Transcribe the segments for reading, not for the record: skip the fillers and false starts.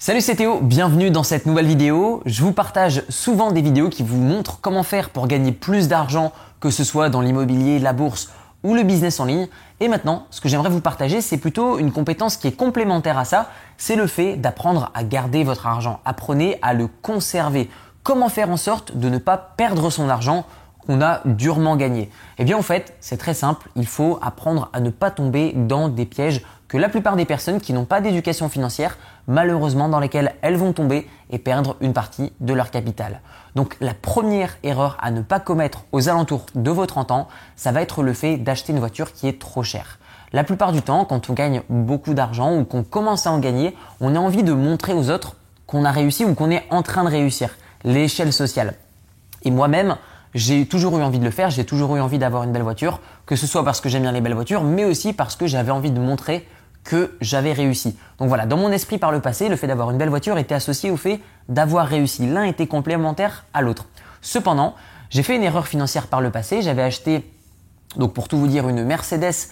Salut, c'est Théo, bienvenue dans cette nouvelle vidéo. Je vous partage souvent des vidéos qui vous montrent comment faire pour gagner plus d'argent, que ce soit dans l'immobilier, la bourse ou le business en ligne. Et maintenant, ce que j'aimerais vous partager, c'est plutôt une compétence qui est complémentaire à ça, c'est le fait d'apprendre à garder votre argent. Apprenez à le conserver. Comment faire en sorte de ne pas perdre son argent qu'on a durement gagné? Eh bien en fait, c'est très simple, il faut apprendre à ne pas tomber dans des pièges que la plupart des personnes qui n'ont pas d'éducation financière, malheureusement dans lesquelles elles vont tomber et perdre une partie de leur capital. Donc la première erreur à ne pas commettre aux alentours de vos 30 ans, ça va être le fait d'acheter une voiture qui est trop chère. La plupart du temps, quand on gagne beaucoup d'argent ou qu'on commence à en gagner, on a envie de montrer aux autres qu'on a réussi ou qu'on est en train de réussir, l'échelle sociale. Et moi-même, j'ai toujours eu envie de le faire, j'ai toujours eu envie d'avoir une belle voiture, que ce soit parce que j'aime bien les belles voitures, mais aussi parce que j'avais envie de montrer que j'avais réussi. Donc voilà, dans mon esprit par le passé, le fait d'avoir une belle voiture était associé au fait d'avoir réussi. L'un était complémentaire à l'autre. Cependant, j'ai fait une erreur financière par le passé. J'avais acheté, donc pour tout vous dire, une Mercedes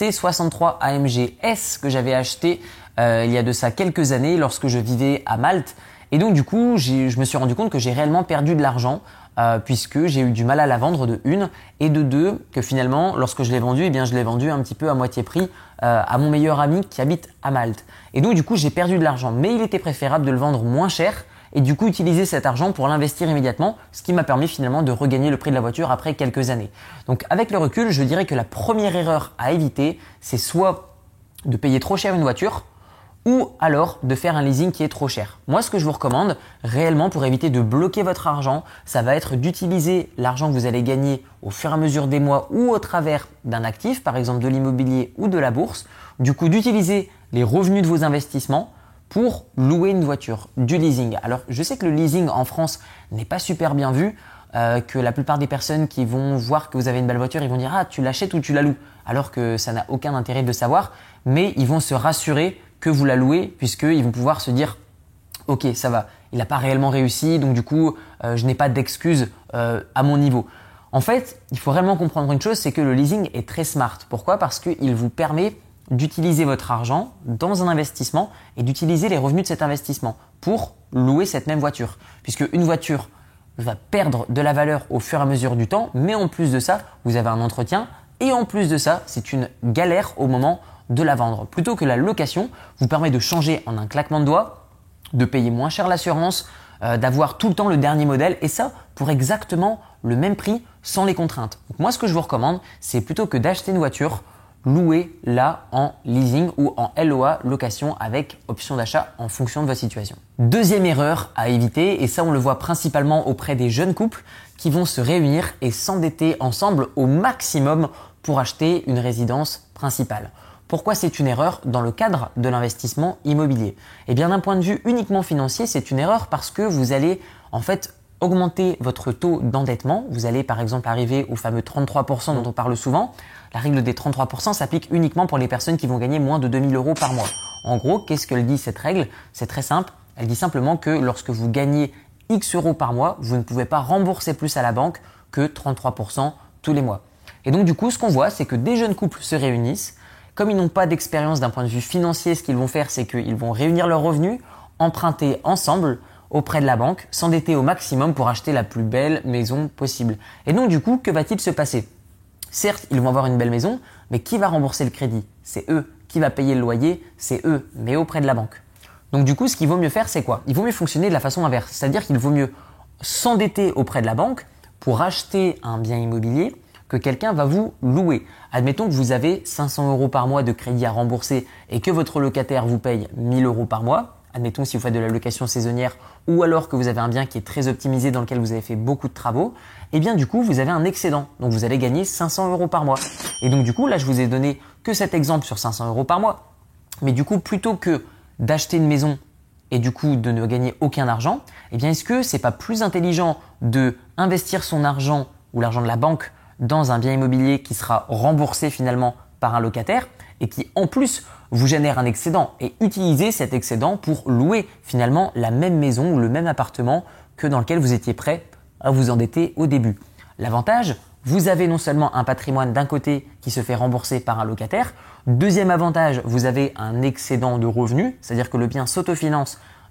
C63 AMG S que j'avais acheté il y a de ça quelques années lorsque je vivais à Malte. Et donc du coup, je me suis rendu compte que j'ai réellement perdu de l'argent puisque j'ai eu du mal à la vendre de une et de deux que finalement lorsque je l'ai vendue, eh bien je l'ai vendue un petit peu à moitié prix à mon meilleur ami qui habite à Malte. Et donc du coup j'ai perdu de l'argent, mais il était préférable de le vendre moins cher et du coup utiliser cet argent pour l'investir immédiatement, ce qui m'a permis finalement de regagner le prix de la voiture après quelques années. Donc avec le recul, je dirais que la première erreur à éviter, c'est soit de payer trop cher une voiture, ou alors de faire un leasing qui est trop cher. Moi, ce que je vous recommande réellement pour éviter de bloquer votre argent, ça va être d'utiliser l'argent que vous allez gagner au fur et à mesure des mois ou au travers d'un actif, par exemple de l'immobilier ou de la bourse. Du coup, d'utiliser les revenus de vos investissements pour louer une voiture, du leasing. Alors, je sais que le leasing en France n'est pas super bien vu, que la plupart des personnes qui vont voir que vous avez une belle voiture, ils vont dire « Ah, tu l'achètes ou tu la loues ?» alors que ça n'a aucun intérêt de savoir, mais ils vont se rassurer que vous la louez puisqu'ils vont pouvoir se dire « Ok, ça va, il n'a pas réellement réussi, donc du coup, je n'ai pas d'excuses à mon niveau. » En fait, il faut réellement comprendre une chose, c'est que le leasing est très smart. Pourquoi? Parce qu'il vous permet d'utiliser votre argent dans un investissement et d'utiliser les revenus de cet investissement pour louer cette même voiture. Puisque une voiture va perdre de la valeur au fur et à mesure du temps, mais en plus de ça, vous avez un entretien et en plus de ça, c'est une galère au moment de la vendre. Plutôt que la location vous permet de changer en un claquement de doigts, de payer moins cher l'assurance, d'avoir tout le temps le dernier modèle et ça pour exactement le même prix sans les contraintes. Donc moi, ce que je vous recommande, c'est plutôt que d'acheter une voiture, louez-la en leasing ou en LOA, location avec option d'achat en fonction de votre situation. Deuxième erreur à éviter, et ça on le voit principalement auprès des jeunes couples qui vont se réunir et s'endetter ensemble au maximum pour acheter une résidence principale. Pourquoi c'est une erreur dans le cadre de l'investissement immobilier? Eh bien d'un point de vue uniquement financier, c'est une erreur parce que vous allez en fait augmenter votre taux d'endettement. Vous allez par exemple arriver au fameux 33% dont on parle souvent. La règle des 33% s'applique uniquement pour les personnes qui vont gagner moins de 2000 € par mois. En gros, qu'est-ce qu'elle dit cette règle? C'est très simple. Elle dit simplement que lorsque vous gagnez X euros par mois, vous ne pouvez pas rembourser plus à la banque que 33% tous les mois. Et donc du coup, ce qu'on voit, c'est que des jeunes couples se réunissent. Comme ils n'ont pas d'expérience d'un point de vue financier, ce qu'ils vont faire, c'est qu'ils vont réunir leurs revenus, emprunter ensemble auprès de la banque, s'endetter au maximum pour acheter la plus belle maison possible. Et donc du coup, que va-t-il se passer? Certes, ils vont avoir une belle maison, mais qui va rembourser le crédit? C'est eux. Qui va payer le loyer? C'est eux, mais auprès de la banque. Donc du coup, ce qu'il vaut mieux faire, c'est quoi? Il vaut mieux fonctionner de la façon inverse. C'est-à-dire qu'il vaut mieux s'endetter auprès de la banque pour acheter un bien immobilier que quelqu'un va vous louer. Admettons que vous avez 500 € par mois de crédit à rembourser et que votre locataire vous paye 1000 € par mois. Admettons si vous faites de la location saisonnière ou alors que vous avez un bien qui est très optimisé dans lequel vous avez fait beaucoup de travaux, et bien du coup vous avez un excédent. Donc vous allez gagner 500 € par mois. Et donc du coup là je vous ai donné que cet exemple sur 500 € par mois. Mais du coup plutôt que d'acheter une maison et du coup de ne gagner aucun argent, eh bien est-ce que c'est pas plus intelligent de investir son argent ou l'argent de la banque dans un bien immobilier qui sera remboursé finalement par un locataire et qui en plus vous génère un excédent et utiliser cet excédent pour louer finalement la même maison ou le même appartement que dans lequel vous étiez prêt à vous endetter au début. L'avantage, vous avez non seulement un patrimoine d'un côté qui se fait rembourser par un locataire, deuxième avantage, vous avez un excédent de revenus, c'est-à-dire que le bien s'autofinance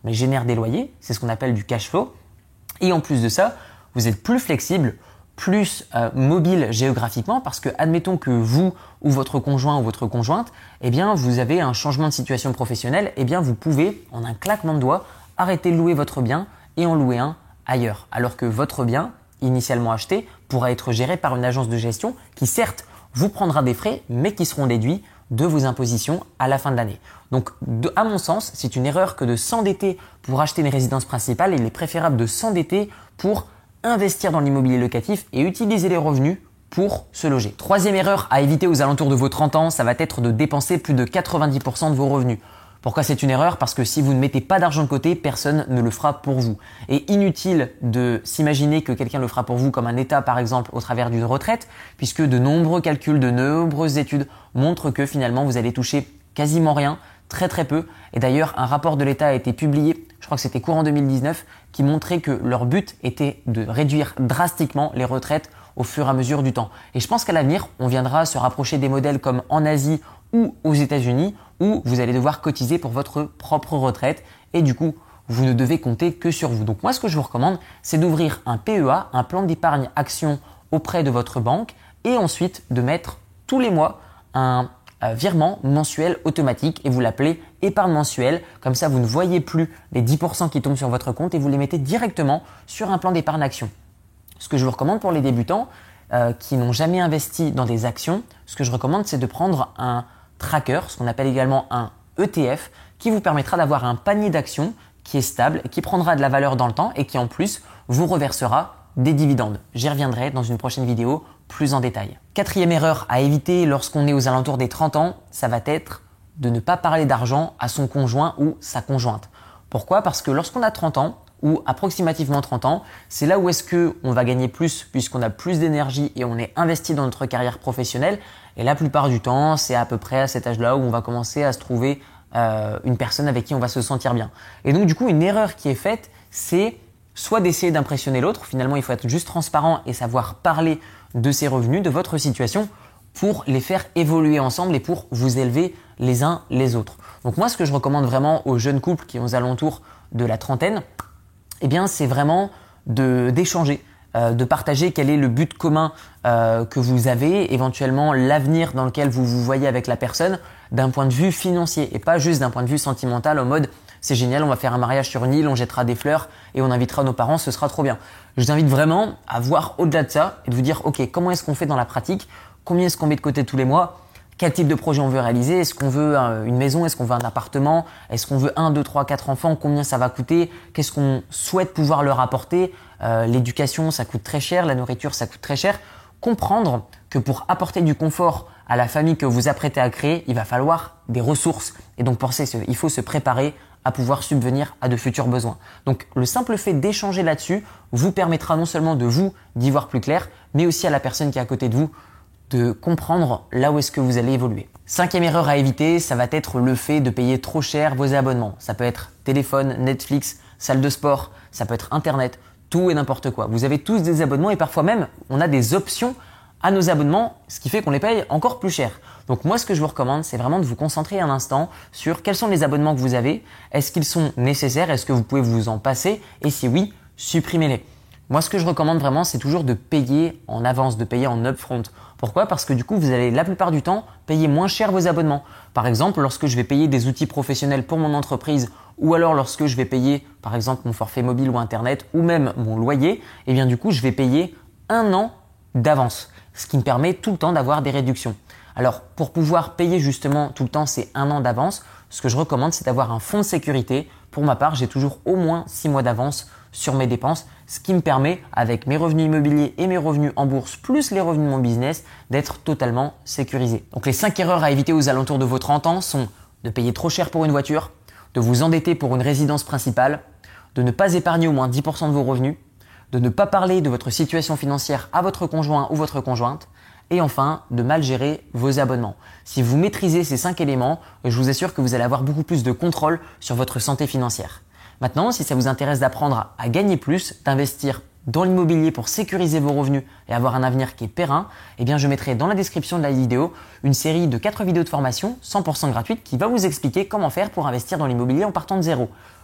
mais génère des loyers. C'est ce qu'on appelle du cash flow. Et en plus de ça, vous êtes plus flexible, plus mobile géographiquement parce que admettons que vous ou votre conjoint ou votre conjointe, eh bien vous avez un changement de situation professionnelle, eh bien vous pouvez en un claquement de doigts arrêter de louer votre bien et en louer un ailleurs. Alors que votre bien initialement acheté pourra être géré par une agence de gestion qui certes vous prendra des frais mais qui seront déduits de vos impositions à la fin de l'année. Donc à mon sens, c'est une erreur que de s'endetter pour acheter une résidence principale. Il est préférable de s'endetter pour investir dans l'immobilier locatif et utiliser les revenus pour se loger. Troisième erreur à éviter aux alentours de vos 30 ans, ça va être de dépenser plus de 90% de vos revenus. Pourquoi c'est une erreur? Parce que si vous ne mettez pas d'argent de côté, personne ne le fera pour vous. Et inutile de s'imaginer que quelqu'un le fera pour vous comme un État par exemple au travers d'une retraite, puisque de nombreux calculs, de nombreuses études montrent que finalement vous allez toucher quasiment rien, très très peu. Et d'ailleurs un rapport de l'État a été publié, je crois que c'était courant 2019, qui montrait que leur but était de réduire drastiquement les retraites au fur et à mesure du temps. Et je pense qu'à l'avenir, on viendra se rapprocher des modèles comme en Asie ou aux États-Unis où vous allez devoir cotiser pour votre propre retraite et du coup, vous ne devez compter que sur vous. Donc moi, ce que je vous recommande, c'est d'ouvrir un PEA, un plan d'épargne action auprès de votre banque et ensuite de mettre tous les mois un virement mensuel automatique et vous l'appelez épargne mensuelle. Comme ça, vous ne voyez plus les 10% qui tombent sur votre compte et vous les mettez directement sur un plan d'épargne action. Ce que je vous recommande pour les débutants qui n'ont jamais investi dans des actions, ce que je recommande, c'est de prendre un tracker, ce qu'on appelle également un ETF, qui vous permettra d'avoir un panier d'actions qui est stable, qui prendra de la valeur dans le temps et qui en plus vous reversera des dividendes. J'y reviendrai dans une prochaine vidéo plus en détail. Quatrième erreur à éviter lorsqu'on est aux alentours des 30 ans, ça va être de ne pas parler d'argent à son conjoint ou sa conjointe. Pourquoi? Parce que lorsqu'on a 30 ans, ou approximativement 30 ans, c'est là où est-ce qu'on va gagner plus puisqu'on a plus d'énergie et on est investi dans notre carrière professionnelle. Et la plupart du temps, c'est à peu près à cet âge-là où on va commencer à se trouver une personne avec qui on va se sentir bien. Et donc du coup, une erreur qui est faite, c'est soit d'essayer d'impressionner l'autre. Finalement, il faut être juste transparent et savoir parler de ses revenus, de votre situation pour les faire évoluer ensemble et pour vous élever les uns les autres. Donc moi, ce que je recommande vraiment aux jeunes couples qui sont aux alentours de la trentaine, eh bien, c'est vraiment d'échanger, de partager quel est le but commun que vous avez, éventuellement l'avenir dans lequel vous vous voyez avec la personne d'un point de vue financier et pas juste d'un point de vue sentimental en mode c'est génial, on va faire un mariage sur une île, on jettera des fleurs et on invitera nos parents, ce sera trop bien. Je vous invite vraiment à voir au-delà de ça et de vous dire ok, comment est-ce qu'on fait dans la pratique, combien est-ce qu'on met de côté tous les mois, quel type de projet on veut réaliser, est-ce qu'on veut une maison, est-ce qu'on veut un appartement, est-ce qu'on veut 1, 2, 3, 4 enfants, combien ça va coûter, qu'est-ce qu'on souhaite pouvoir leur apporter, l'éducation ça coûte très cher, la nourriture ça coûte très cher. Comprendre que pour apporter du confort à la famille que vous apprêtez à créer, il va falloir des ressources et donc pour ça, il faut se préparer à pouvoir subvenir à de futurs besoins. Donc le simple fait d'échanger là-dessus vous permettra non seulement de vous d'y voir plus clair, mais aussi à la personne qui est à côté de vous de comprendre là où est-ce que vous allez évoluer. Cinquième erreur à éviter, ça va être le fait de payer trop cher vos abonnements. Ça peut être téléphone, Netflix, salle de sport, ça peut être internet, tout et n'importe quoi. Vous avez tous des abonnements et parfois même on a des options à nos abonnements, ce qui fait qu'on les paye encore plus cher. Donc moi, ce que je vous recommande, c'est vraiment de vous concentrer un instant sur quels sont les abonnements que vous avez, est-ce qu'ils sont nécessaires, est-ce que vous pouvez vous en passer et si oui, supprimez-les. Moi, ce que je recommande vraiment, c'est toujours de payer en avance, de payer en upfront. Pourquoi? Parce que du coup, vous allez la plupart du temps payer moins cher vos abonnements. Par exemple, lorsque je vais payer des outils professionnels pour mon entreprise ou alors lorsque je vais payer par exemple mon forfait mobile ou internet ou même mon loyer, eh bien du coup, je vais payer 1 an d'avance, ce qui me permet tout le temps d'avoir des réductions. Alors, pour pouvoir payer justement tout le temps ces 1 an d'avance, ce que je recommande, c'est d'avoir un fonds de sécurité. Pour ma part, j'ai toujours au moins 6 mois d'avance sur mes dépenses, ce qui me permet, avec mes revenus immobiliers et mes revenus en bourse, plus les revenus de mon business, d'être totalement sécurisé. Donc, les 5 erreurs à éviter aux alentours de vos 30 ans sont de payer trop cher pour une voiture, de vous endetter pour une résidence principale, de ne pas épargner au moins 10% de vos revenus, de ne pas parler de votre situation financière à votre conjoint ou votre conjointe et enfin de mal gérer vos abonnements. Si vous maîtrisez ces 5 éléments, je vous assure que vous allez avoir beaucoup plus de contrôle sur votre santé financière. Maintenant, si ça vous intéresse d'apprendre à gagner plus, d'investir dans l'immobilier pour sécuriser vos revenus et avoir un avenir qui est périn, eh bien je mettrai dans la description de la vidéo une série de 4 vidéos de formation 100% gratuites qui va vous expliquer comment faire pour investir dans l'immobilier en partant de zéro.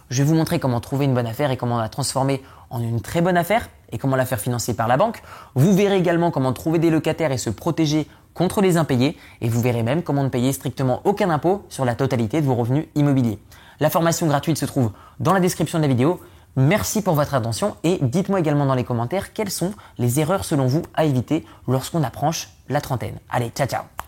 Je vais vous montrer comment trouver une bonne affaire et comment la transformer en une très bonne affaire et comment la faire financer par la banque. Vous verrez également comment trouver des locataires et se protéger contre les impayés et vous verrez même comment ne payer strictement aucun impôt sur la totalité de vos revenus immobiliers. La formation gratuite se trouve dans la description de la vidéo. Merci pour votre attention et dites-moi également dans les commentaires quelles sont les erreurs selon vous à éviter lorsqu'on approche la trentaine. Allez, ciao ciao!